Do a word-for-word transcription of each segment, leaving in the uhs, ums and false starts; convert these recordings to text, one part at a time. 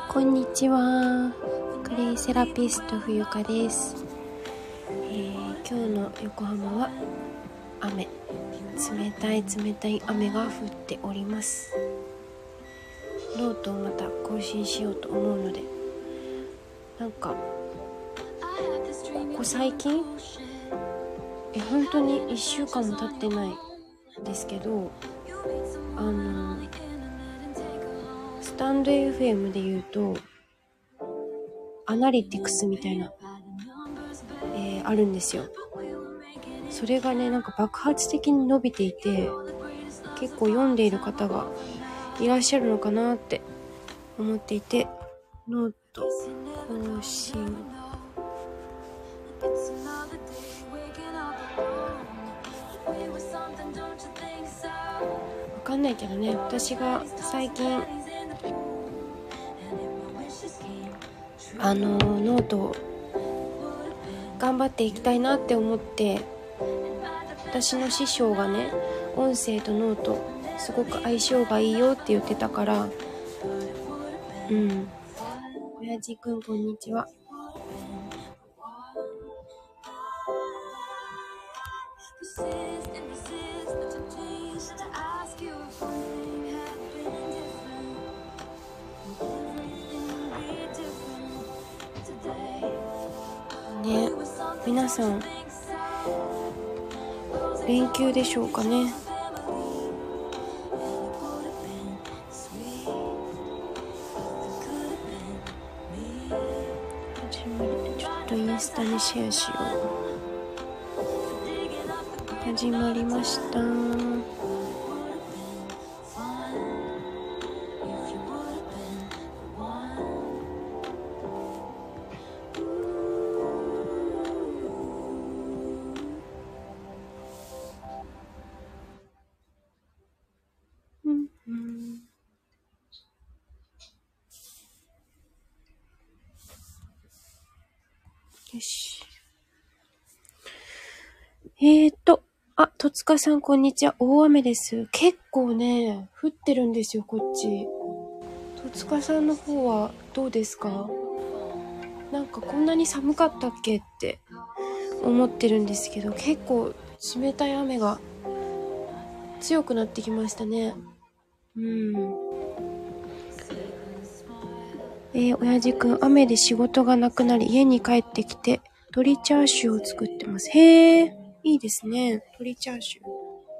こんにちは。クレイセラピスト冬香です、えー、今日の横浜は雨、冷たい冷たい雨が降っております。ノートをまた更新しようと思うので、なんかここ最近え本当にいっしゅうかんも経ってないんですけど、あのスタンド エフエム で言うとアナリティクスみたいな、えー、あるんですよ。それがね、なんか爆発的に伸びていて、結構読んでいる方がいらっしゃるのかなって思っていて、ノート更新わかんないけどね、私が最近あのノートを頑張っていきたいなって思って、私の師匠がね、音声とノートすごく相性がいいよって言ってたから、うん親父くんこんにちは。ね、皆さん連休でしょうかね。ちょっとインスタにシェアしよう。始まりました。よし。えーと、あ、戸塚さんこんにちは。大雨です。結構ね、降ってるんですよ、こっち。戸塚さんの方はどうですか？なんかこんなに寒かったっけって思ってるんですけど、結構冷たい雨が強くなってきましたね。うん。えー、親父くん、雨で仕事がなくなり、家に帰ってきて、鶏チャーシューを作ってます。へー、いいですね。鶏チャーシュー。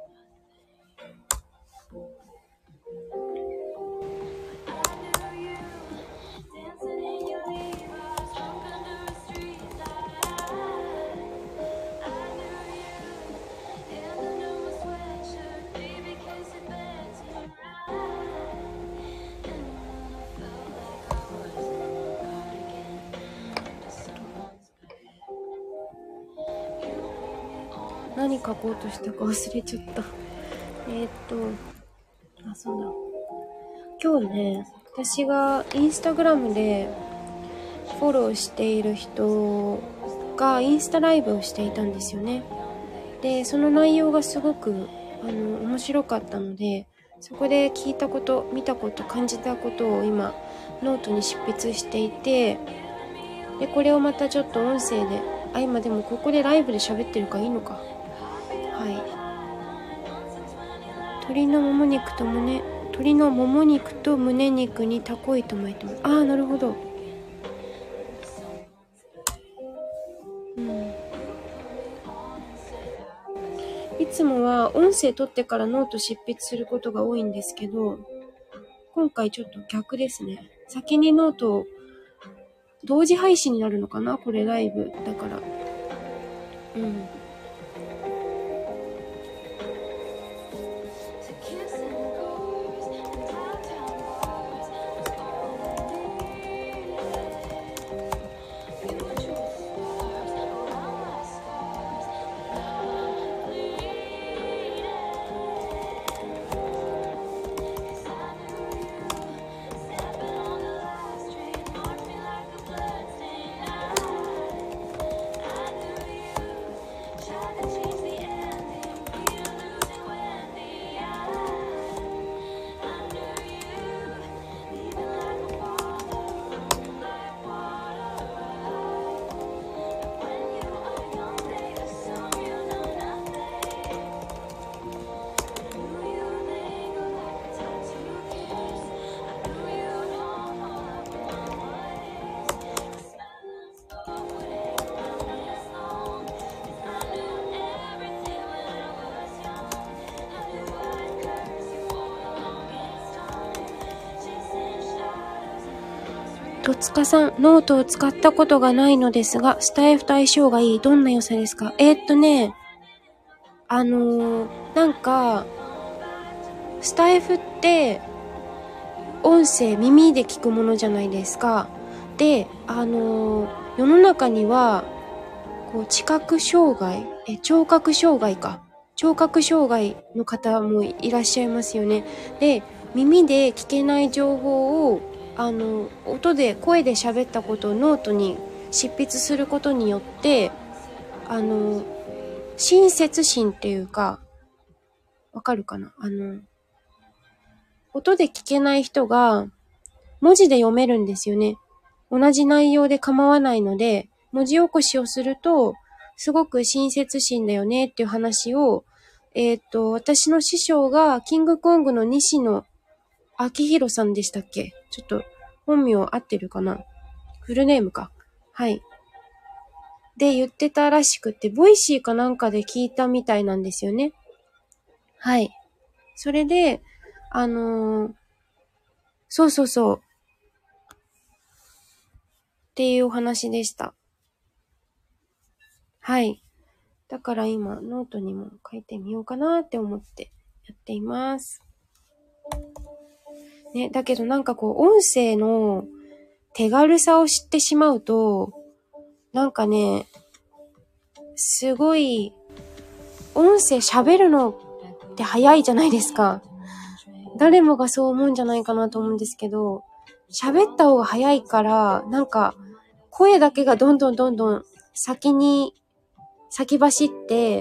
何書こうとしたか忘れちゃった。えーっと、あ、そうだ。今日ね、私がインスタグラムでフォローしている人がインスタライブをしていたんですよね。で、その内容がすごくあの面白かったので、そこで聞いたこと、見たこと、感じたことを今ノートに執筆していて、でこれをまたちょっと音声で、あ、今でもここでライブで喋ってるからいいのか。はい。鶏のもも肉と胸、鶏のもも肉と胸肉にタコ糸巻いてます。ああ、なるほど。うん。いつもは音声取ってからノート執筆することが多いんですけど、今回ちょっと逆ですね。先にノートを同時配信になるのかな、これライブだから。うん。 戸塚さん、ノートを使ったことがないのですが、スタイフと相性がいい。どんな良さですか？えー、っとね、あのー、なんか、スタイフって、音声、耳で聞くものじゃないですか。で、あのー、世の中には、こう、知覚障害、え、聴覚障害か。聴覚障害の方もいらっしゃいますよね。で、耳で聞けない情報を、あの、音で、声で喋ったことをノートに執筆することによって、あの、親切心っていうか、わかるかな？あの、音で聞けない人が文字で読めるんですよね。同じ内容で構わないので、文字起こしをすると、すごく親切心だよねっていう話を、えっと、私の師匠がキングコングの西野明宏さんでしたっけ？ちょっと本名合ってるかな？フルネームか。はい。で言ってたらしくて、ボイシーかなんかで聞いたみたいなんですよね。はい。それで、あのー、そうそうそう。っていうお話でした。はい。だから今、ノートにも書いてみようかなって思ってやっています。ね、だけどなんかこう、音声の手軽さを知ってしまうと、なんかね、すごい、音声喋るのって早いじゃないですか。誰もがそう思うんじゃないかなと思うんですけど、喋った方が早いから、なんか、声だけがどんどんどんどん先に、先走って、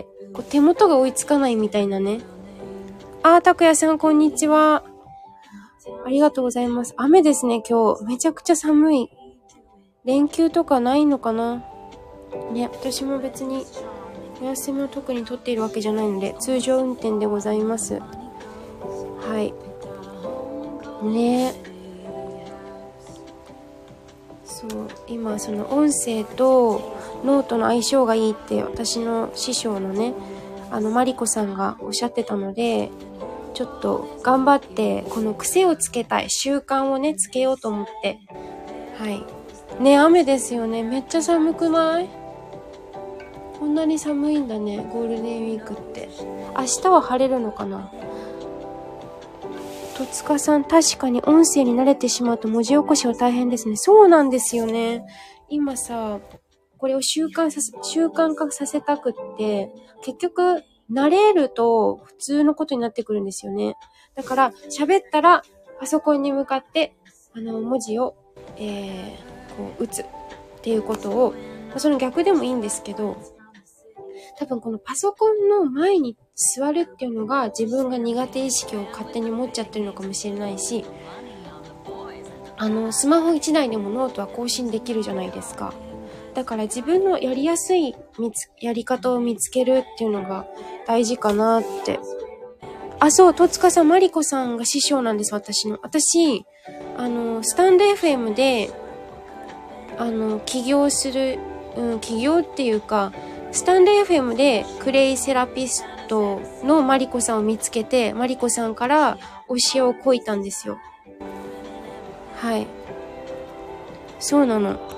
こう手元が追いつかないみたいなね。あー、たくやさんこんにちは。ありがとうございます。雨ですね、今日。めちゃくちゃ寒い。連休とかないのかな？ね、私も別にお休みを特に取っているわけじゃないので、通常運転でございます。はい。ね。そう、今その音声とノートの相性がいいって私の師匠のね、あのマリコさんがおっしゃってたので、ちょっと頑張ってこの癖をつけたい、習慣をねつけようと思って。はい。ね、雨ですよね。めっちゃ寒くない？こんなに寒いんだね、ゴールデンウィークって。明日は晴れるのかな？戸塚さん、確かに音声に慣れてしまうと文字起こしは大変ですね。そうなんですよね。今さ、これを習慣させ、習慣化させたくって、結局、慣れると普通のことになってくるんですよね。だから、喋ったら、パソコンに向かって、あの、文字を、えー、こう、打つっていうことを、まあ、その逆でもいいんですけど、多分このパソコンの前に座るっていうのが自分が苦手意識を勝手に持っちゃってるのかもしれないし、あのスマホ一台でもノートは更新できるじゃないですか。だから自分のやりやすい見つやり方を見つけるっていうのが大事かなって。あ、そう、戸塚さん、マリコさんが師匠なんです、私の。私、あのスタンド エフエム であの起業する、うん、起業っていうかスタンド エフエム でクレイセラピストのマリコさんを見つけて、マリコさんから教えを請いたんですよ。はい。そうなの。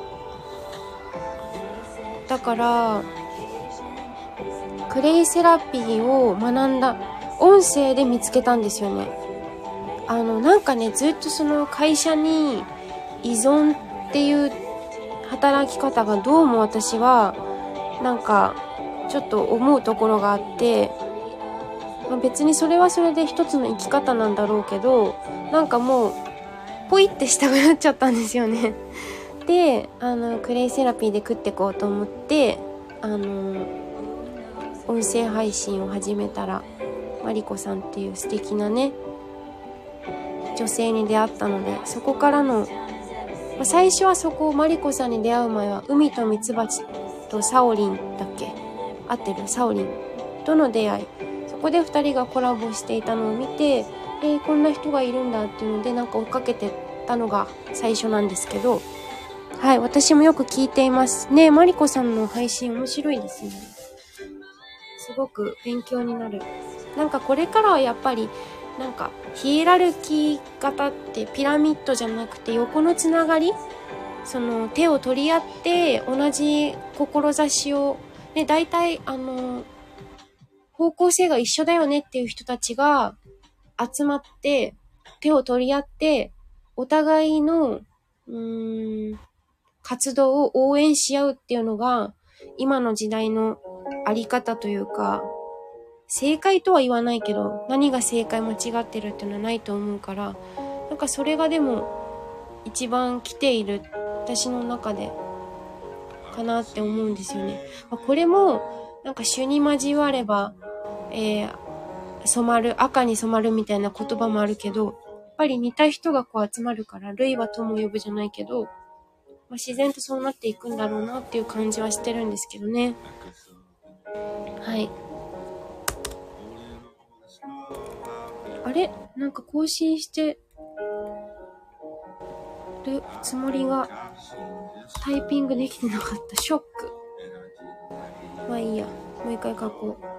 だから、クレイセラピーを学んだ、音声で見つけたんですよね。あの、なんかね、ずっとその会社に依存っていう働き方がどうも私は、なんかちょっと思うところがあって、まあ、別にそれはそれで一つの生き方なんだろうけど、なんかもうポイってしたくなっちゃったんですよね。で、あのクレイセラピーで食ってこうと思って、あの音声配信を始めたら、マリコさんっていう素敵なね女性に出会ったので、そこからの、まあ、最初はそこ、マリコさんに出会う前は海とミツバチとサオリンだっけ、合ってる、サオリンとの出会い。そこで二人がコラボしていたのを見て、えー、こんな人がいるんだっていうので、なんか追っかけてたのが最初なんですけど、はい、私もよく聞いていますね。マリコさんの配信面白いですね。すごく勉強になる。なんかこれからはやっぱりなんかヒエラルキー型ってピラミッドじゃなくて横のつながりその手を取り合って同じ志を、ね、大体あの、方向性が一緒だよねっていう人たちが集まって手を取り合ってお互いのうーん活動を応援し合うっていうのが今の時代のあり方というか、正解とは言わないけど何が正解間違ってるっていうのはないと思うから、なんかそれがでも一番来ている私の中でかなって思うんですよね。これもなんか朱に交われば、えー、染まる、赤に染まるみたいな言葉もあるけど、やっぱり似た人がこう集まるから類は友を呼ぶじゃないけど、まあ、自然とそうなっていくんだろうなっていう感じはしてるんですけどね。はい。あれ？なんか更新してるつもりがタイピングできてなかった。ショック。まあいいや。もう一回書こう。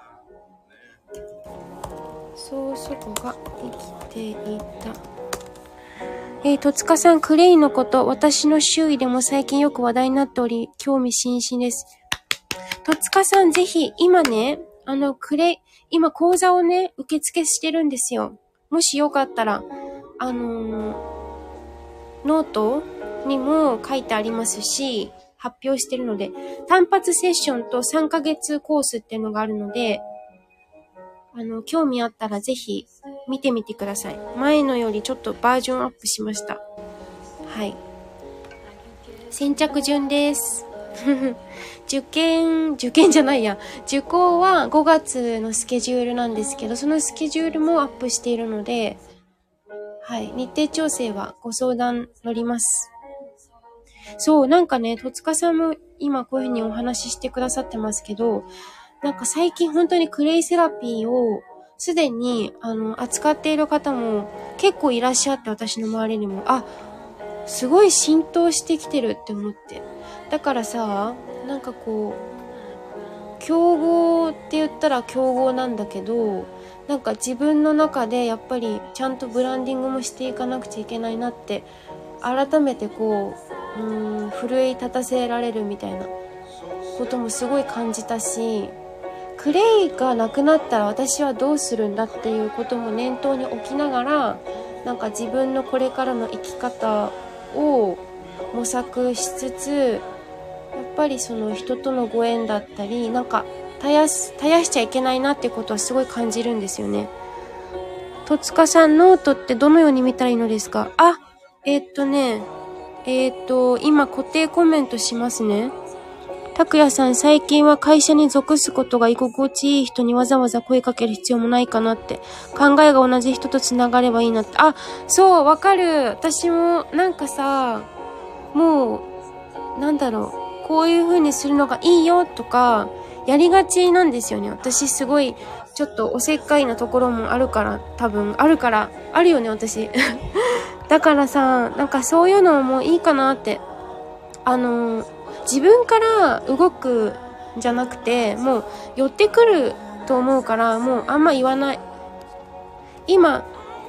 そうそこが生きていた。えー、戸塚さん、クレイのこと、私の周囲でも最近よく話題になっており、興味津々です。戸塚さん、ぜひ、今ね、あの、クレイ、今講座をね、受付してるんですよ。もしよかったら、あのー、ノートにも書いてありますし、発表してるので、単発セッションとさんかげつコースっていうのがあるので、あの、興味あったらぜひ見てみてください。前のよりちょっとバージョンアップしました。はい。先着順です。受験、受験じゃないや。受講はごがつのスケジュールなんですけど、そのスケジュールもアップしているので、はい。日程調整はご相談乗ります。そう、なんかね、戸塚さんも今こういうふうにお話ししてくださってますけど、なんか最近本当にクレイセラピーをすでにあの扱っている方も結構いらっしゃって、私の周りにも、あ、すごい浸透してきてるって思って。だからさ、なんかこう、競合って言ったら競合なんだけど、なんか自分の中でやっぱりちゃんとブランディングもしていかなくちゃいけないなって改めてこう、うーん、奮い立たせられるみたいなこともすごい感じたし、クレイがなくなったら私はどうするんだっていうことも念頭に置きながら、なんか自分のこれからの生き方を模索しつつ、やっぱりその人とのご縁だったり、なんか絶やす、絶やしちゃいけないなってことはすごい感じるんですよね。戸塚さん、ノートってどのように見たらいいのですか？あ、えー、っとね、えー、っと、今固定コメントしますね。拓也さん、最近は会社に属すことが居心地いい人にわざわざ声かける必要もないかなって。考えが同じ人と繋がればいいなって。あ、そう、わかる。私も、なんかさ、もう、なんだろう。こういう風にするのがいいよとか、やりがちなんですよね。私すごい、ちょっとおせっかいなところもあるから、多分、あるから、あるよね、私。だからさ、なんかそういうのもいいかなって。あの、自分から動くんじゃなくて、もう寄ってくると思うから、もうあんま言わない。今、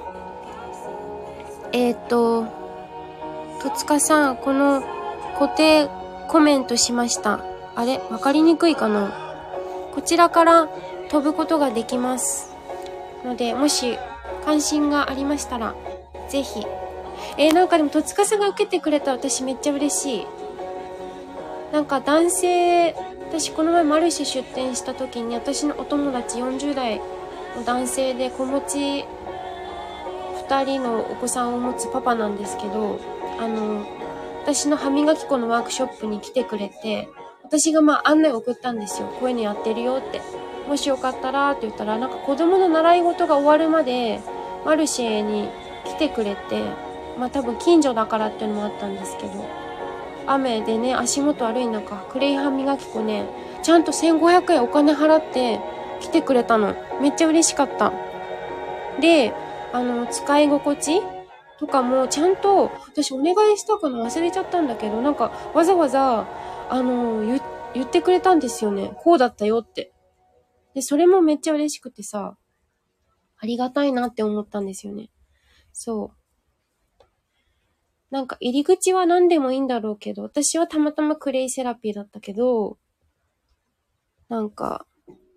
えー、っと、戸塚さん、この固定コメントしました。あれ？わかりにくいかな？こちらから飛ぶことができます。ので、もし関心がありましたら、ぜひ。えー、なんかでも戸塚さんが受けてくれた私めっちゃ嬉しい。なんか男性、私この前マルシェ出店した時に、私のお友達よんじゅう代の男性で子持ちふたりのお子さんを持つパパなんですけど、あの、私の歯磨き粉のワークショップに来てくれて、私がまあ案内を送ったんですよ。こういうのやってるよって。もしよかったらって言ったら、なんか子供の習い事が終わるまでマルシェに来てくれて、まあ多分近所だからっていうのもあったんですけど、雨でね、足元悪い中、クレイ歯磨き粉ね、ちゃんとせんごひゃくえんお金払って来てくれたの。めっちゃ嬉しかった。で、あの、使い心地とかもちゃんと、私お願いしたかな忘れちゃったんだけど、なんかわざわざ、あの、言、言ってくれたんですよね。こうだったよって。で、それもめっちゃ嬉しくてさ、ありがたいなって思ったんですよね。そう。 なんか入り口は何でもいいんだろうけど、私はたまたまクレイセラピーだったけど、なんか、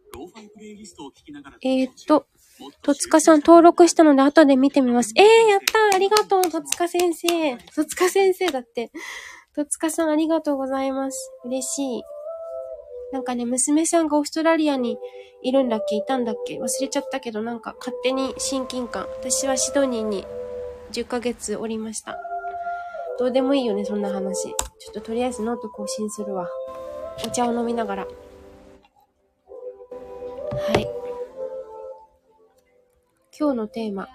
えー、っと、戸塚さん登録したので後で見てみます。えー、やったー、ありがとう、戸塚先生。戸塚先生だって。戸塚さんありがとうございます。嬉しい。なんかね、娘さんがオーストラリアにいるんだっけ、いたんだっけ、忘れちゃったけど、なんか勝手に親近感。私はシドニーにじゅっかげつおりました。どうでもいいよね、そんな話。ちょっととりあえずノート更新するわ。お茶を飲みながら。はい。今日のテーマ。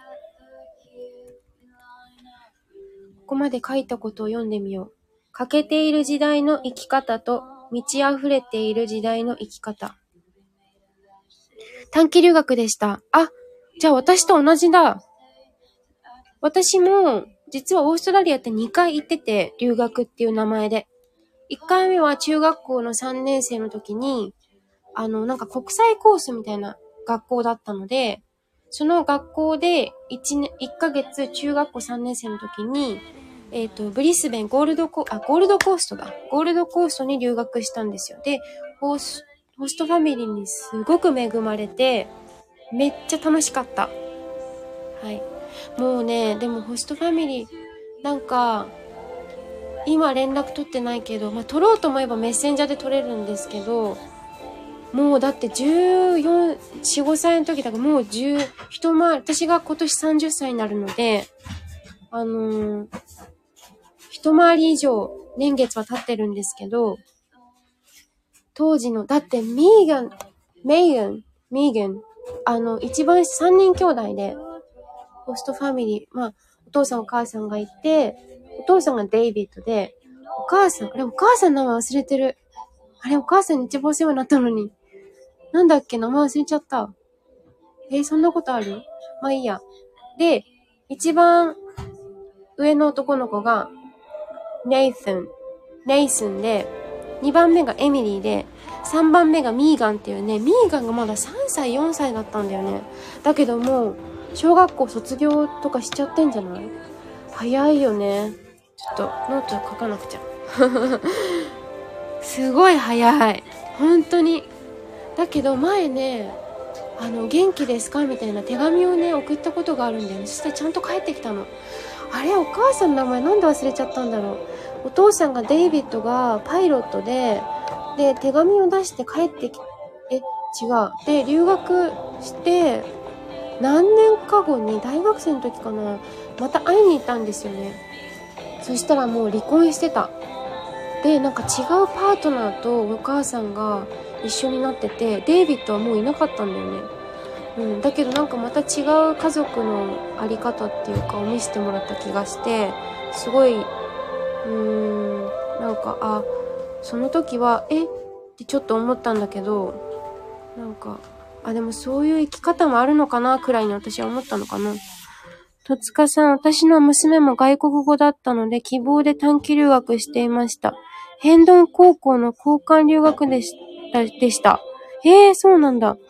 ここまで書いたことを読んでみよう。欠けている時代の生き方と満ち溢れている時代の生き方。短期留学でした。あ、じゃあ私と同じだ。私も実はオーストラリアってにかい行ってて、留学っていう名前で。いっかいめは中学校のさんねん生の時に、あの、なんか国際コースみたいな学校だったので、その学校でいちねん、いっかげつ中学校さんねん生の時に、えっと、ブリスベンゴールドコ、あ、ゴールドコーストだ。ゴールドコーストに留学したんですよ。で、ホス、ホストファミリーにすごく恵まれて、めっちゃ楽しかった。はい。もうね、でもホストファミリー、なんか、今連絡取ってないけど、まあ、取ろうと思えばメッセンジャーで取れるんですけど、もうだってじゅうよん、よん、ごさいの時だからもうじゅう、一回り、私が今年さんじゅっさいになるので、あのー、一回り以上年月は経ってるんですけど、当時の、だってミーガン、メイガン、ミーガン、あの、一番さんにん兄弟で、ホストファミリー、まあ、お父さんお母さんがいて、お父さんがデイビッドで、お母さん、あれお母さんの名前忘れてる。あれお母さんに一番お世話になったのに。なんだっけ名前忘れちゃった。えー、そんなことある？まあいいや。で、一番上の男の子が、ネイソン、ネイソンで、二番目がエミリーで、三番目がミーガンっていうね、ミーガンがまださんさい、よんさいだったんだよね。だけどもう、小学校卒業とかしちゃってんじゃない？早いよね。ちょっと、ノート書かなくちゃ。すごい早い。本当に。だけど前ね、あの、元気ですかみたいな手紙をね、送ったことがあるんだよね。そしたらちゃんと帰ってきたの。あれ、お母さんの名前なんで忘れちゃったんだろう。お父さんがデイビッドがパイロットで、で、手紙を出して帰ってき、え、違う。で、留学して、何年か後に、大学生の時かな、また会いに行ったんですよね。そしたらもう離婚してた。で、なんか違うパートナーとお母さんが一緒になってて、デイビッドはもういなかったんだよね。うん、だけどなんかまた違う家族のあり方っていうかを見せてもらった気がして、すごい、うーん、なんか、あ、その時は、えってちょっと思ったんだけど、なんか、あ、でもそういう生き方もあるのかなくらいに私は思ったのかな。戸塚さん、私の娘も外国語だったので希望で短期留学していました。ヘンドン高校の交換留学でした。でしたへえ、そうなんだ。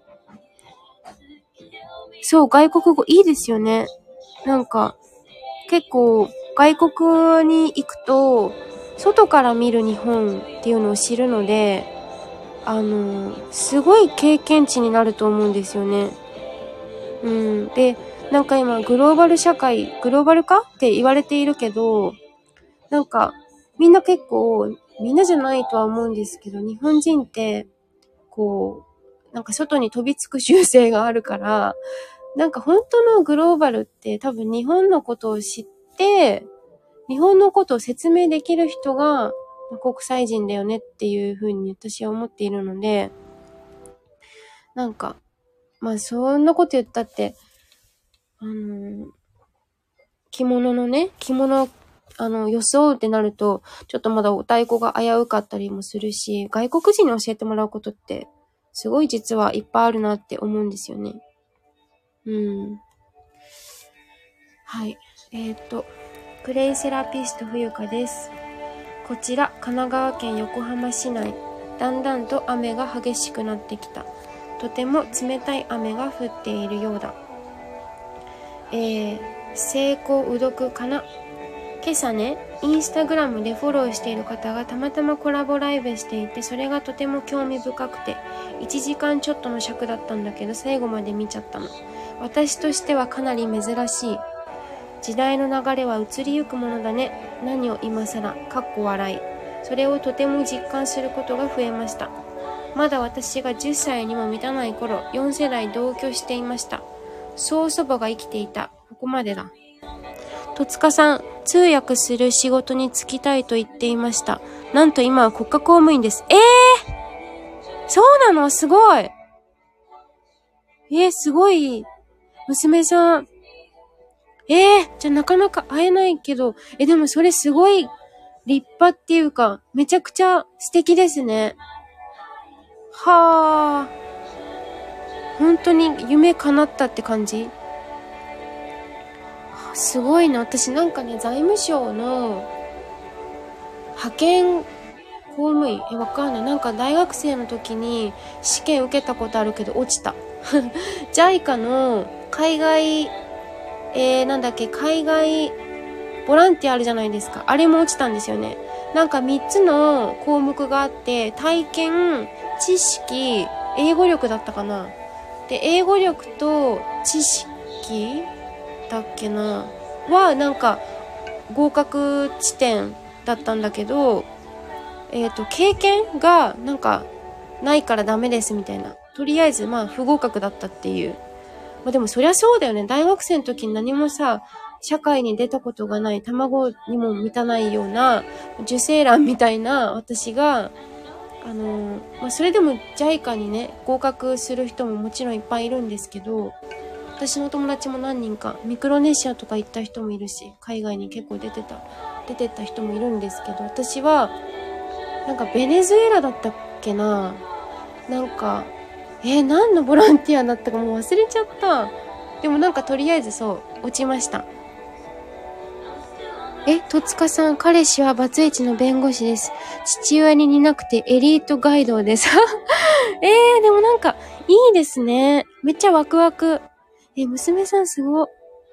そう、外国語いいですよね。なんか、結構、外国に行くと、外から見る日本っていうのを知るので、あの、すごい経験値になると思うんですよね。うん。で、なんか今、グローバル社会、グローバル化って言われているけど、なんか、みんな結構、みんなじゃないとは思うんですけど、日本人って、こう、なんか外に飛びつく習性があるから、なんか本当のグローバルって多分日本のことを知って、日本のことを説明できる人が国際人だよねっていうふうに私は思っているので、なんか、まあそんなこと言ったって、あの、着物のね、着物、あの、装うってなると、ちょっとまだお太鼓が危うかったりもするし、外国人に教えてもらうことって、すごい実はいっぱいあるなって思うんですよね。うん。はい。えっと、クレイセラピスト冬香です。こちら、神奈川県横浜市内。だんだんと雨が激しくなってきた。とても冷たい雨が降っているようだ。えー、西高うどくかな。 今朝ね、インスタグラムでフォローしている方がたまたまコラボライブしていて、それがとても興味深くて、いちじかんちょっとの尺だったんだけど、最後まで見ちゃったの。私としてはかなり珍しい。時代の流れは移りゆくものだね。何を今更、かっこ笑い。それをとても実感することが増えました。まだ私がじゅっさいにも満たない頃、よん世代同居していました。曽祖母が生きていた。ここまでだ。戸塚さん、通訳する仕事に就きたいと言っていました。なんと今は国家公務員です。えー、そうなの？すごい。えー、すごい。娘さん。えー、じゃあなかなか会えないけど、え、でもそれすごい立派っていうか、めちゃくちゃ素敵ですね。はー。本当に夢叶ったって感じ？すごいな。私なんかね、財務省の派遣公務員、え、わかんない。なんか大学生の時に試験受けたことあるけど落ちた。ジャイカ の海外、えー、なんだっけ、海外ボランティアあるじゃないですか。あれも落ちたんですよね。なんかみっつの項目があって、体験、知識、英語力だったかな。で、英語力と知識だっけなはなんか合格地点だったんだけど、えっと経験がなんかないからダメですみたいな。とりあえずまあ不合格だったっていう。まあでもそりゃそうだよね。大学生の時に何もさ、社会に出たことがない、卵にも満たないような受精卵みたいな私が、あのー、まあそれでも ジャイカ にね合格する人ももちろんいっぱいいるんですけど、私の友達も何人かミクロネシアとか行った人もいるし、海外に結構出てた出てった人もいるんですけど、私はなんかベネズエラだったっけな、なんかえー、何のボランティアだったかもう忘れちゃった。でもなんかとりあえずそう落ちました。え、戸塚さん、彼氏はバツイチの弁護士です。父親に似なくてエリートガイドです。えー、でもなんかいいですね。めっちゃワクワク。え、娘さんすご。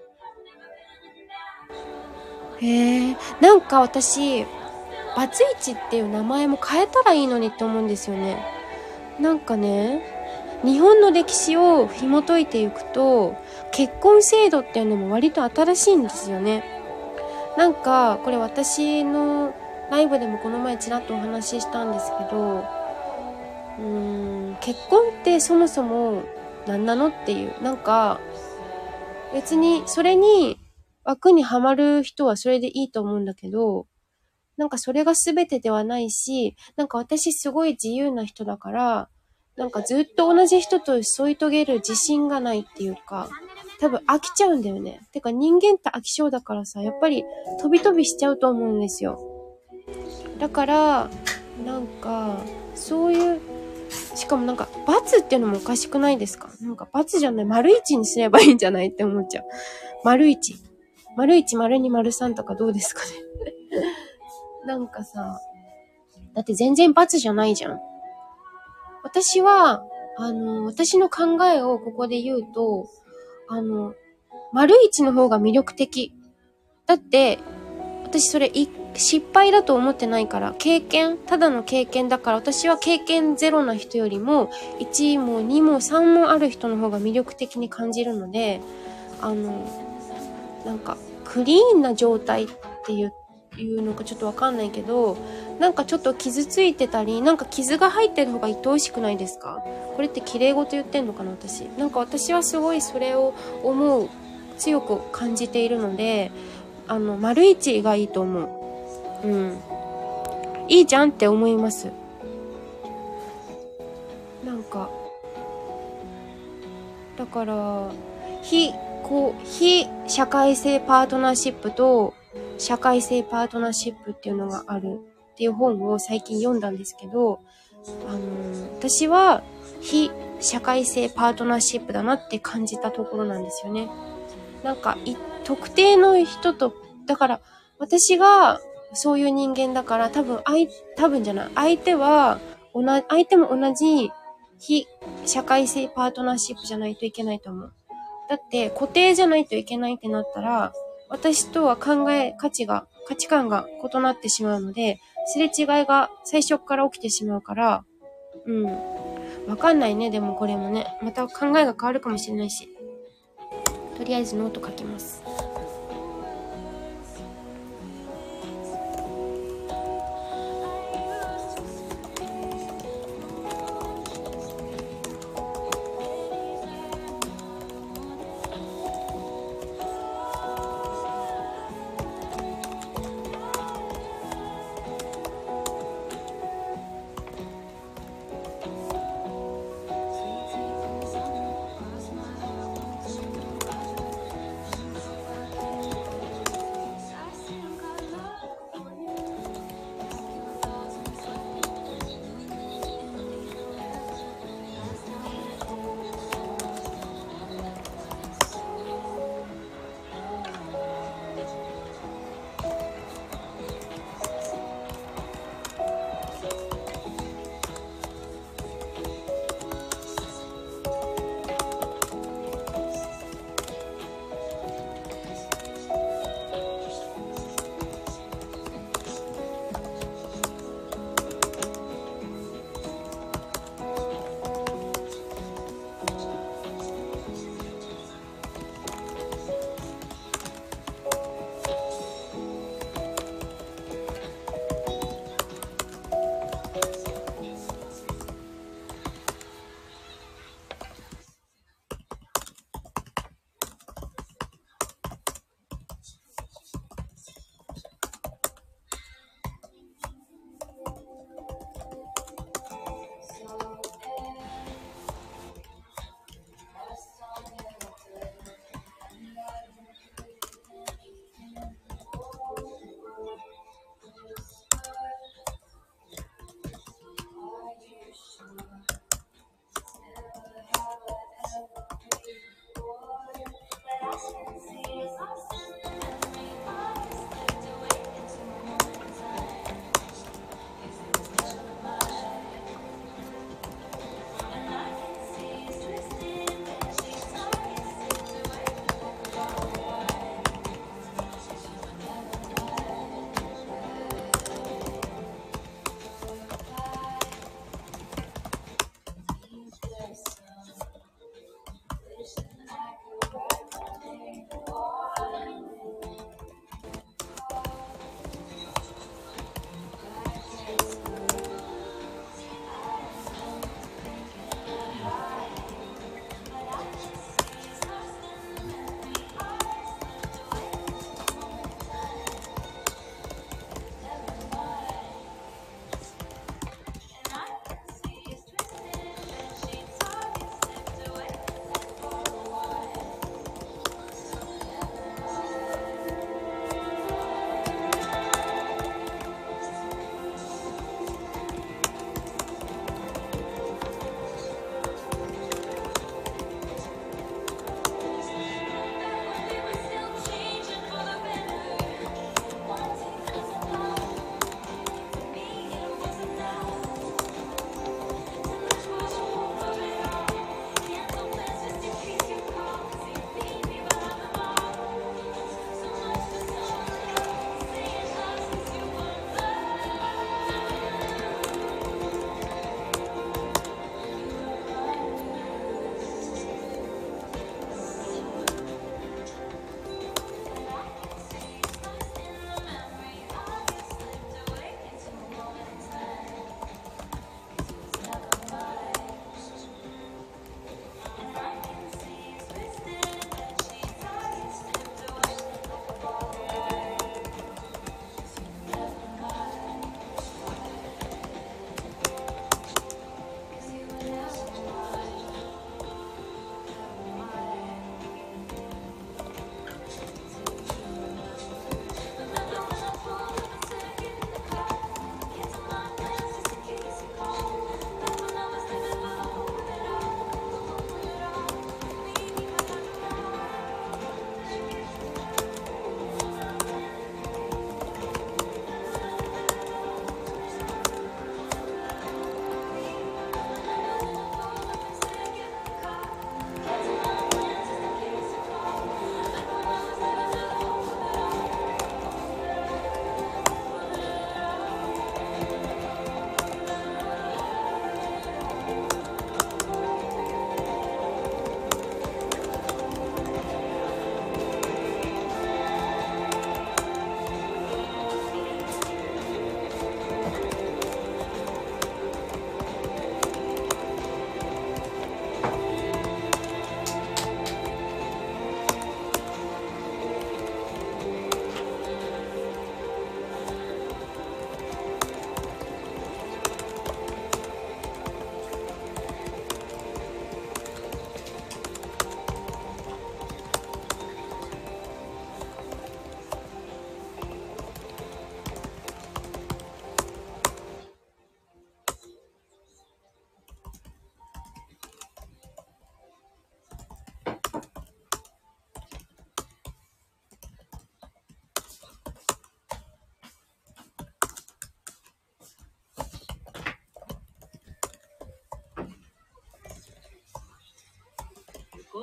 へえ、なんか私、バツイチっていう名前も変えたらいいのにって思うんですよね。なんかね、日本の歴史を紐解いていくと、結婚制度っていうのも割と新しいんですよね。なんか、これ私のライブでもこの前ちらっとお話ししたんですけど、うーん、結婚ってそもそも何なのっていう、なんか、別にそれに枠にはまる人はそれでいいと思うんだけど、なんかそれが全てではないし、なんか私すごい自由な人だから、なんかずっと同じ人と添い遂げる自信がないっていうか、多分飽きちゃうんだよね。てか人間って飽き性だからさ、やっぱり飛び飛びしちゃうと思うんですよ。だから、なんか、そういう、しかもなんか、罰っていうのもおかしくないですか？なんか罰じゃない、丸一にすればいいんじゃないって思っちゃう。丸一。丸一、丸二、丸三とかどうですかね。なんかさ、だって全然罰じゃないじゃん。私は、あの、私の考えをここで言うと、あの、丸一の方が魅力的。だって、私それい失敗だと思ってないから、経験、ただの経験だから、私は経験ゼロな人よりも、いちもにもさんもある人の方が魅力的に感じるので、あの、なんか、クリーンな状態っていう、いうのかちょっとわかんないけど、なんかちょっと傷ついてたり、なんか傷が入ってる方が愛おしくないですか？これって綺麗事言ってんのかな私。なんか私はすごいそれを思う、強く感じているので、あの、丸一がいいと思う。うん。いいじゃんって思います。なんか、だから、非、こう、非社会性パートナーシップと、社会性パートナーシップっていうのがあるっていう本を最近読んだんですけど、あのー、私は非社会性パートナーシップだなって感じたところなんですよね。なんか、い、特定の人と、だから、私がそういう人間だから、多分、相、多分じゃない。相手は、同じ、相手も同じ非社会性パートナーシップじゃないといけないと思う。だって、固定じゃないといけないってなったら、私とは考え、価値が価値観が異なってしまうので、すれ違いが最初から起きてしまうから、うん。わかんないね、でもこれもね。また考えが変わるかもしれないし。とりあえずノート書きます。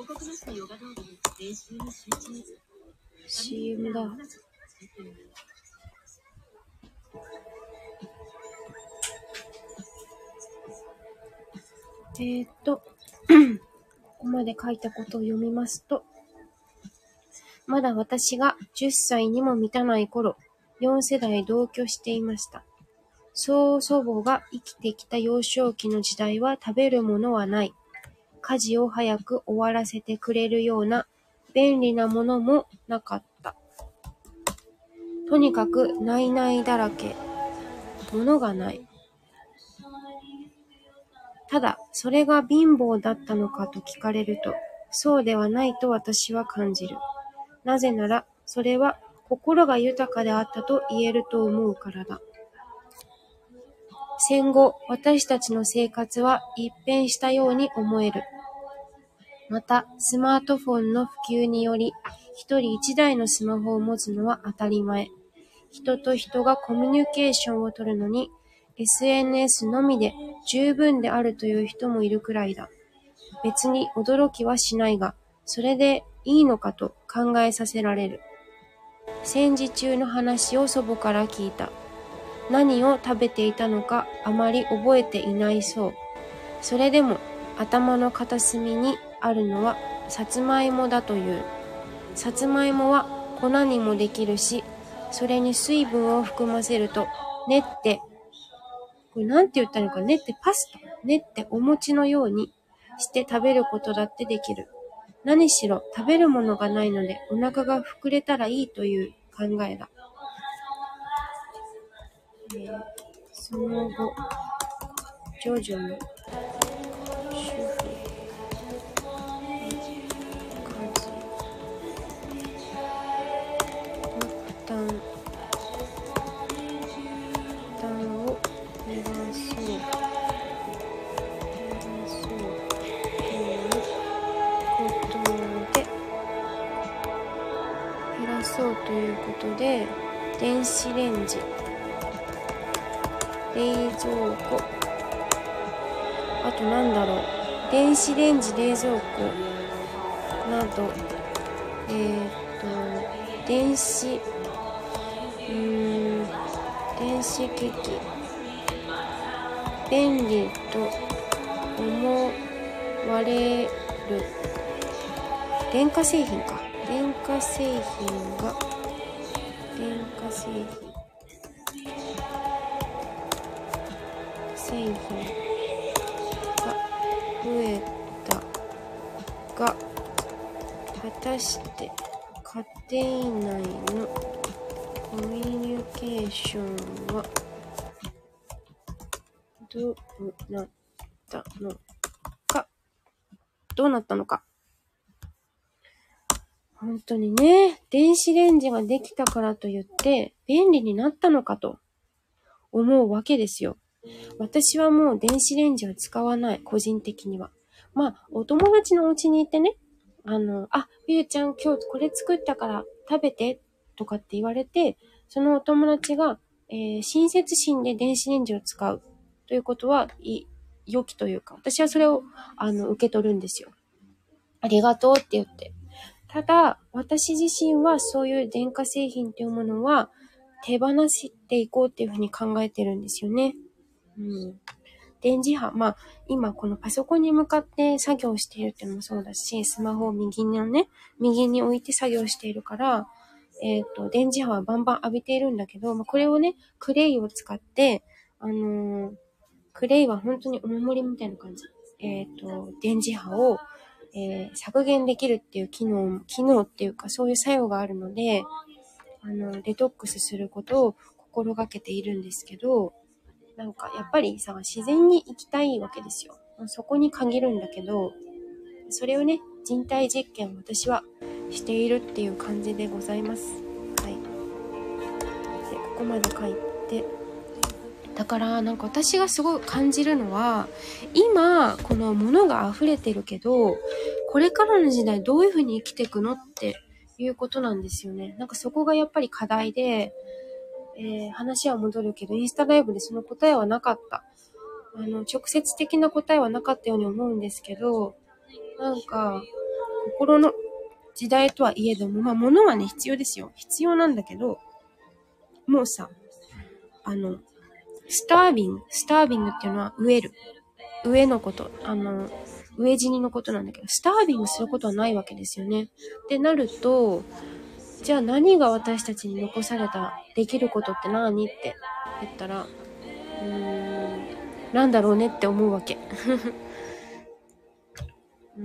シーエム だ。えーっと、ここまで書いたことを読みますと、まだ私がじゅっさいにも満たない頃、よん世代同居していました。曽祖母が生きてきた幼少期の時代は食べるものはない。家事を早く終わらせてくれるような便利なものもなかった。とにかくないないだらけ。ものがない。ただ、それが貧乏だったのかと聞かれると、そうではないと私は感じる。なぜなら、それは心が豊かであったと言えると思うからだ。戦後、私たちの生活は一変したように思える。また、スマートフォンの普及により、一人一台のスマホを持つのは当たり前。人と人がコミュニケーションを取るのに、エスエヌエス のみで十分であるという人もいるくらいだ。別に驚きはしないが、それでいいのかと考えさせられる。戦時中の話を祖母から聞いた。何を食べていたのかあまり覚えていないそう。それでも頭の片隅にあるのはさつまいもだという。さつまいもは粉にもできるし、それに水分を含ませると練って、これなんて言ったのか、練ってパスタ、練ってお餅のようにして食べることだってできる。何しろ食べるものがないのでお腹が膨れたらいいという考えだ。えー、その後、徐々に主婦、家事の負担、負担を減らそう、減らそうということで、減らそうということで、電子レンジ、冷蔵庫、あとなんだろう、電子レンジ、冷蔵庫など、えーっと、電子、うーん、電子機器、便利と思われる電化製品か。電化製品が、電化製品、製品が増えたが、果たして家庭内のコミュニケーションはどうなったのか、どうなったのか。本当にね、電子レンジができたからといって便利になったのかと思うわけですよ。私はもう電子レンジは使わない、個人的には。まあ、お友達のお家に行ってね、あの、あ、ゆうちゃん今日これ作ったから食べてとかって言われて、そのお友達が、えー、親切心で電子レンジを使うということは、い、良きというか、私はそれを、あの、受け取るんですよ。ありがとうって言って。ただ、私自身はそういう電化製品というものは手放していこうっていうふうに考えてるんですよね。うん。電磁波、まあ、今このパソコンに向かって作業しているっていうのもそうだし、スマホを右のね、右に置いて作業しているから、えっと、電磁波はバンバン浴びているんだけど、まあ、これをね、クレイを使って、あのー、クレイは本当にお守りみたいな感じ。えっと、電磁波を、えー、削減できるっていう機能、機能っていうかそういう作用があるので、あの、デトックスすることを心がけているんですけど、なんかやっぱりさ、自然に行きたいわけですよ。そこに限るんだけど、それをね、人体実験を私はしているっていう感じでございます。はい。で、ここまで書いて、だからなんか私がすごい感じるのは、今この物が溢れてるけど、これからの時代どういう風に生きていくのっていうことなんですよね。なんかそこがやっぱり課題で、えー、話は戻るけど、インスタライブでその答えはなかった。あの、直接的な答えはなかったように思うんですけど、なんか、 心の時代とはいえども、まあ物はね、必要ですよ。必要なんだけど、もうさ、あの、スタービング、スタービングっていうのは飢える。飢えのこと、あの、飢え死にのことなんだけど、スタービングすることはないわけですよね。ってなると、じゃあ何が私たちに残されたできることって何って言ったら、うーん、なんだろうねって思うわけ。うん、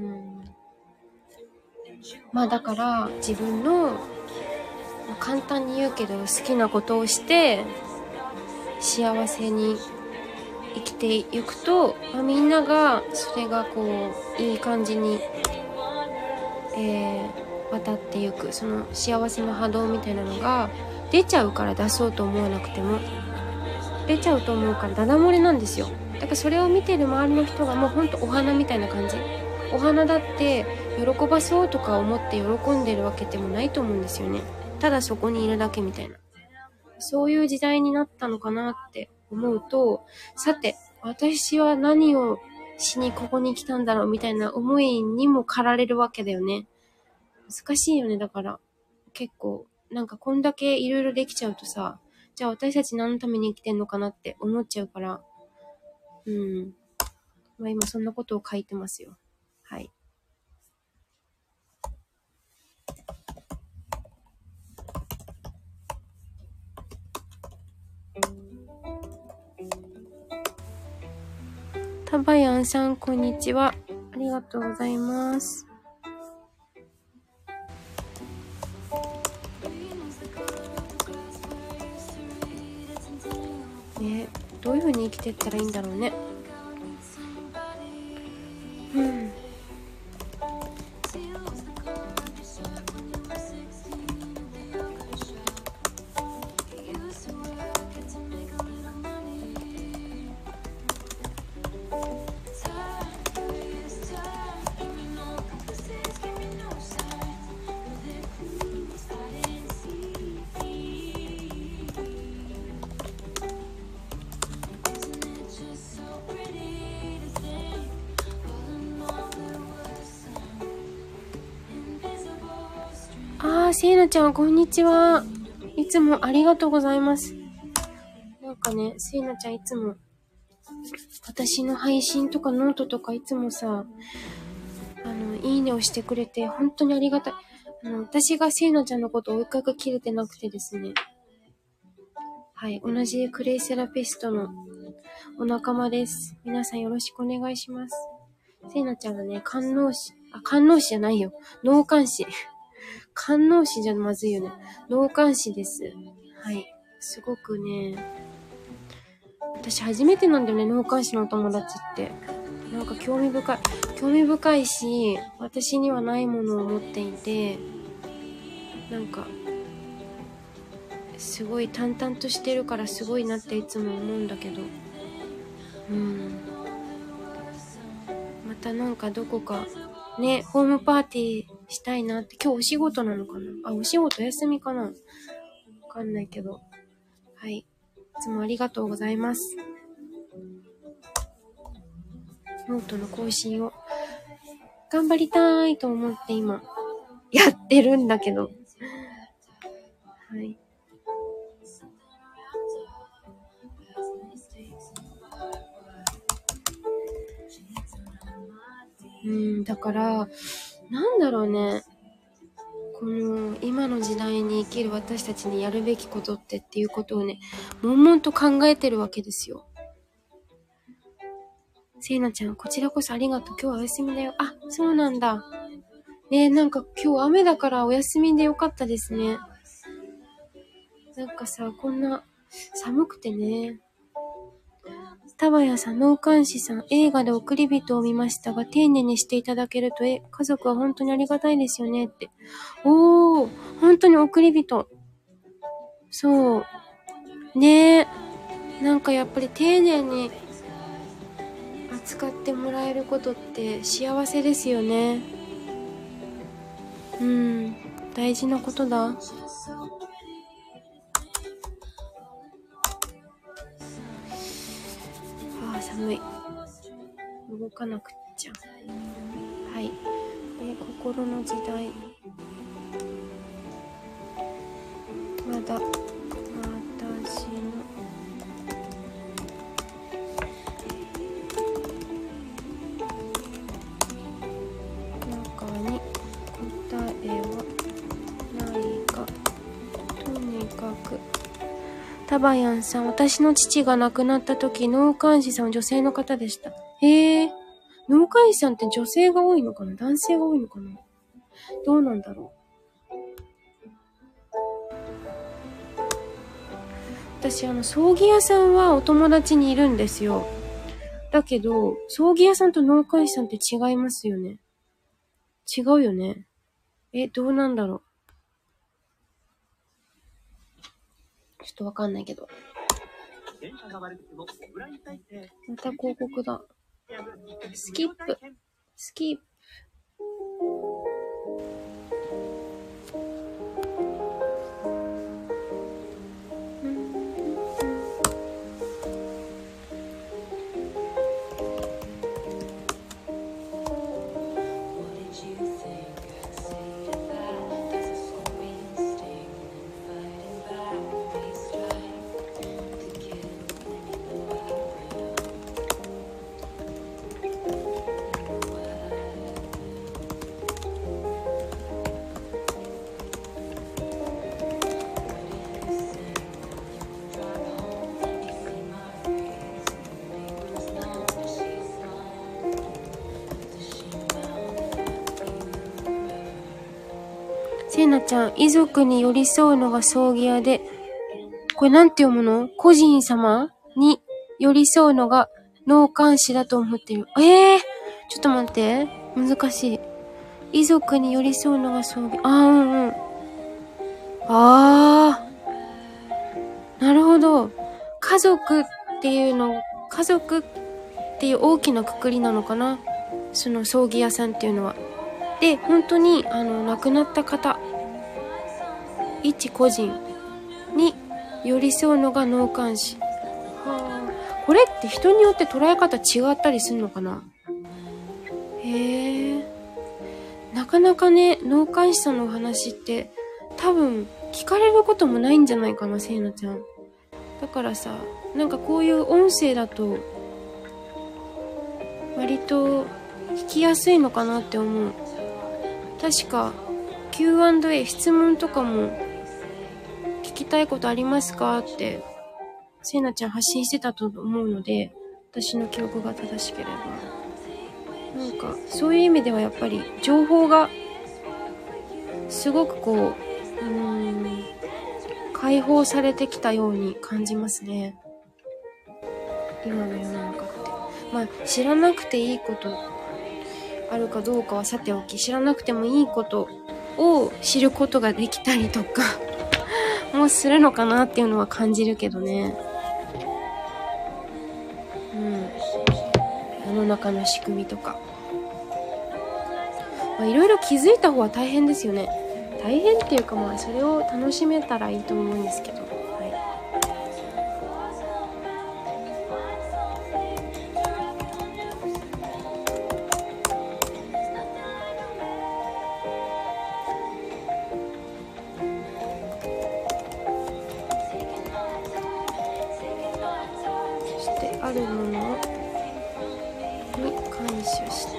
まあだから自分の簡単に言うけど好きなことをして幸せに生きていくと、まあ、みんながそれがこういい感じに、えー、渡っていく、その幸せの波動みたいなのが出ちゃうから、出そうと思わなくても出ちゃうと思うからダダ漏れなんですよ。だからそれを見てる周りの人がもうほんとお花みたいな感じ。お花だって喜ばそうとか思って喜んでるわけでもないと思うんですよね。ただそこにいるだけみたいな、そういう時代になったのかなって思うと、さて私は何をしにここに来たんだろうみたいな思いにも駆られるわけだよね。難しいよね。だから結構なんかこんだけいろいろできちゃうとさ、じゃあ私たち何のために生きてんのかなって思っちゃうから、うん。まあ今そんなことを書いてますよ。はい。たばやんさん、こんにちは。ありがとうございます。ね、どういう風に生きてったらいいんだろうね。うん。あー、せいなちゃん、こんにちは。いつもありがとうございます。なんかね、せいなちゃんいつも、私の配信とかノートとかいつもさ、あの、いいねをしてくれて、本当にありがたい。あの、私がせいなちゃんのことを追いかけきれてなくてですね。はい、同じクレイセラピストのお仲間です。皆さんよろしくお願いします。せいなちゃんはね、看護師、あ、看護師じゃないよ。脳幹師。看護師じゃまずいよね。脳幹師です。はい。すごくね、私初めてなんだよね、脳幹師のお友達って。なんか興味深い。興味深いし、私にはないものを持っていて、なんか、すごい淡々としてるからすごいなっていつも思うんだけど。うん。またなんかどこか、ね、ホームパーティーしたいなって。今日お仕事なのかなあ、お仕事休みかなわかんないけど。はい。いつもありがとうございます。ノートの更新を頑張りたいと思って今やってるんだけど。はい。うん、だから、なんだろうね。この今の時代に生きる私たちにやるべきことってっていうことをね、悶々と考えてるわけですよ。せいなちゃん、こちらこそありがとう。今日はお休みだよ。あ、そうなんだ。ねえ、なんか今日雨だからお休みでよかったですね。なんかさ、こんな寒くてね。田林さん、脳幹師さん、映画で送り人を見ましたが、丁寧にしていただけると、え、家族は本当にありがたいですよねって。おー、本当に送り人。そう。ねえ。なんかやっぱり丁寧に扱ってもらえることって幸せですよね。うん、大事なことだ。ああ、寒い。動かなくっちゃ。はい。 え心の時代、まだ私の中に答えはないが、とにかく。タバヤンさん、私の父が亡くなった時、納棺師さんは女性の方でした。へえ、納棺師さんって女性が多いのかな、男性が多いのかな、どうなんだろう。私、あの、葬儀屋さんはお友達にいるんですよ。だけど、葬儀屋さんと納棺師さんって違いますよね。違うよね。え、どうなんだろう。ちょっとわかんないけど。また広告だ。スキップ。スキップ。せいなちゃん、遺族に寄り添うのが葬儀屋で、これなんて読むの？個人様に寄り添うのが納棺師だと思ってる。ええー、ちょっと待って。難しい。遺族に寄り添うのが葬儀。あー、うんうん。あー。なるほど。家族っていうの、家族っていう大きな括りなのかな。その葬儀屋さんっていうのは。で、本当に、あの、亡くなった方、一個人に寄り添うのが納棺師。はあ、これって人によって捉え方違ったりするのかな。へえ。なかなかね、納棺師さんのお話って多分聞かれることもないんじゃないかな、せいなちゃん。だからさ、なんかこういう音声だと割と聞きやすいのかなって思う。確か キューアンドエー 質問とかも聞きたいことありますかってせいなちゃん発信してたと思うので、私の記憶が正しければ、なんかそういう意味ではやっぱり情報がすごくこう、うーん、解放されてきたように感じますね、今の世の中って。まあ知らなくていいことあるかどうかはさておき、知らなくてもいいことを知ることができたりとかもうするのかなっていうのは感じるけどね。うん、世の中の仕組みとか、まあ、いろいろ気づいた方は大変ですよね。大変っていうか、まあそれを楽しめたらいいと思うんですけど、はい。そしてあるものに感謝して、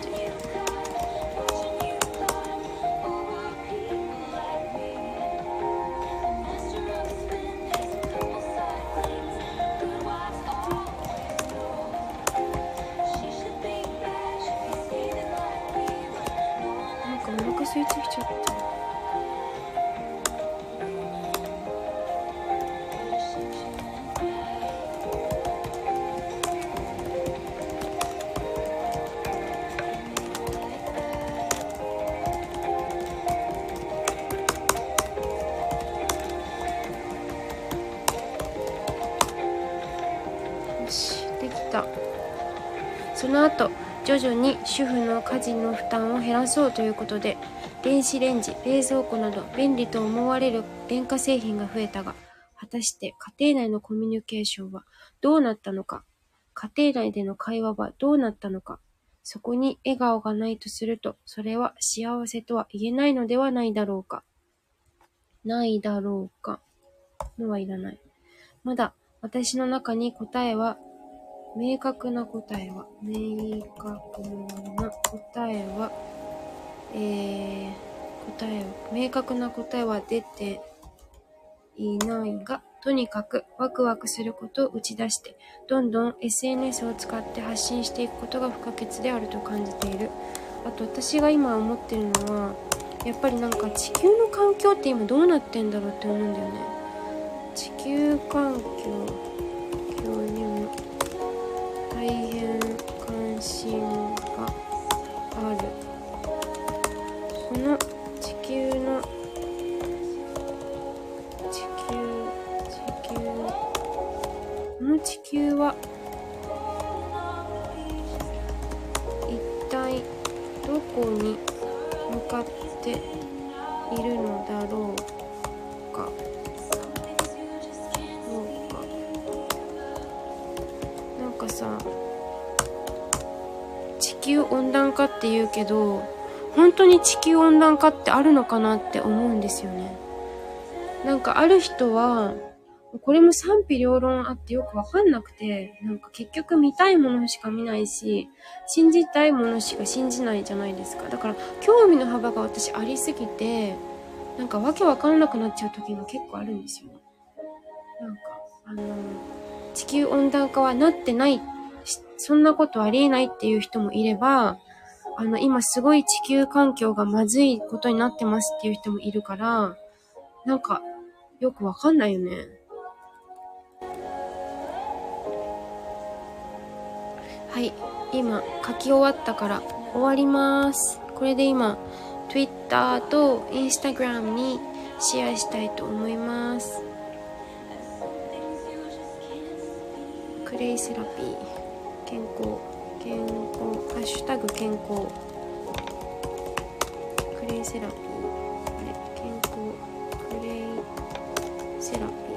なんかお腹空いてきちゃった。よし、できた。その後、徐々に主婦の家事の負担を減らそうということで、電子レンジ、冷蔵庫など便利と思われる電化製品が増えたが、果たして家庭内のコミュニケーションはどうなったのか、家庭内での会話はどうなったのか、 そこに笑顔がないとすると、それは幸せとは言えないのではないだろうか。ないだろうか。のはいらない。まだ私の中に答えは、明確な答えは、明確な答えは、えー、答えは、明確な答えは出ていないが、とにかくワクワクすることを打ち出して、どんどん エスエヌエス を使って発信していくことが不可欠であると感じている。あと私が今思ってるのは、やっぱりなんか地球の環境って今どうなってんだろうって思うんだよね。地球環境にも大変関心がある。この地球の地球地球この地球は一体どこに向かっているのだろうか。そうか。なんかさ、地球温暖化って言うけど、本当に地球温暖化ってあるのかなって思うんですよね。なんかある人は、これも賛否両論あってよくわかんなくて、なんか結局見たいものしか見ないし、信じたいものしか信じないじゃないですか。だから興味の幅が私ありすぎて、なんかわけわかんなくなっちゃう時が結構あるんですよね。なんか、あの、地球温暖化はなってない、そんなことありえないっていう人もいれば、あの、今すごい地球環境がまずいことになってますっていう人もいるから、なんか、よくわかんないよね。はい、今書き終わったから終わります。これで今 Twitter と Instagram にシェアしたいと思います。クレイセラピー、健康健康ハッシュタグ健康、クレイセラピー、あれ健康クレイセラピー、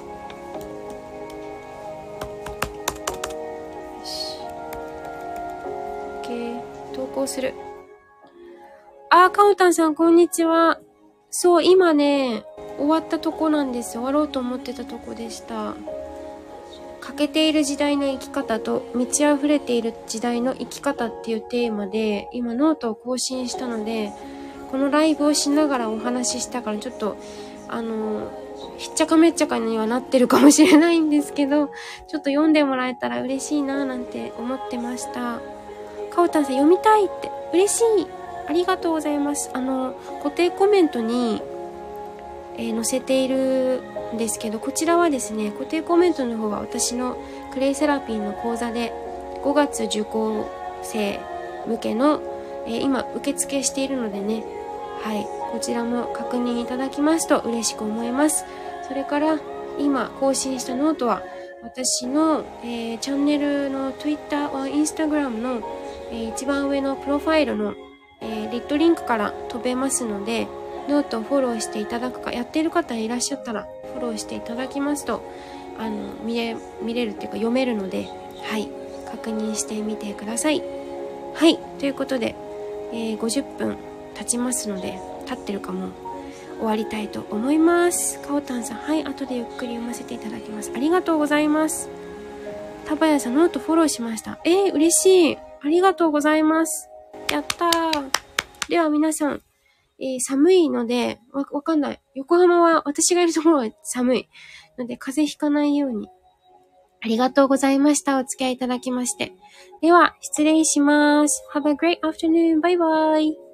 投稿する。あー、カオタンさんこんにちは。そう、今ね、終わったとこなんです。終わろうと思ってたとこでした。欠けている時代の生き方と満ち溢れている時代の生き方っていうテーマで、今ノートを更新したので、このライブをしながらお話ししたから、ちょっと、あの、ひっちゃかめっちゃかにはなってるかもしれないんですけど、ちょっと読んでもらえたら嬉しいななんて思ってました。かおたんさん読みたいって嬉しい、ありがとうございます。あの固定コメントに、えー、載せているんですけど、こちらはですね、固定コメントの方は私のクレイセラピーの講座でごがつ受講生向けの、えー、今受付しているのでね、はい、こちらも確認いただきますと嬉しく思います。それから今更新したノートは私の、えー、チャンネルの Twitter や Instagram のえー、一番上のプロファイルの、えー、リットリンクから飛べますので、ノートをフォローしていただくか、やっている方いらっしゃったらフォローしていただきますと、あの、見れ、見れるっていうか読めるので、はい、確認してみてください。はい、ということで、えー、ごじゅっぷん経ちますので、経ってるかも、終わりたいと思います。かおたんさん、はい、後でゆっくり読ませていただきます。ありがとうございます。たばやさん、ノートフォローしました。えー、嬉しい。ありがとうございます。やったー。では皆さん、えー、寒いので、わ、わかんない。横浜は、私がいるところは寒いので、風邪ひかないように。ありがとうございました。お付き合いいただきまして。では、失礼します。Have a great afternoon. Bye bye.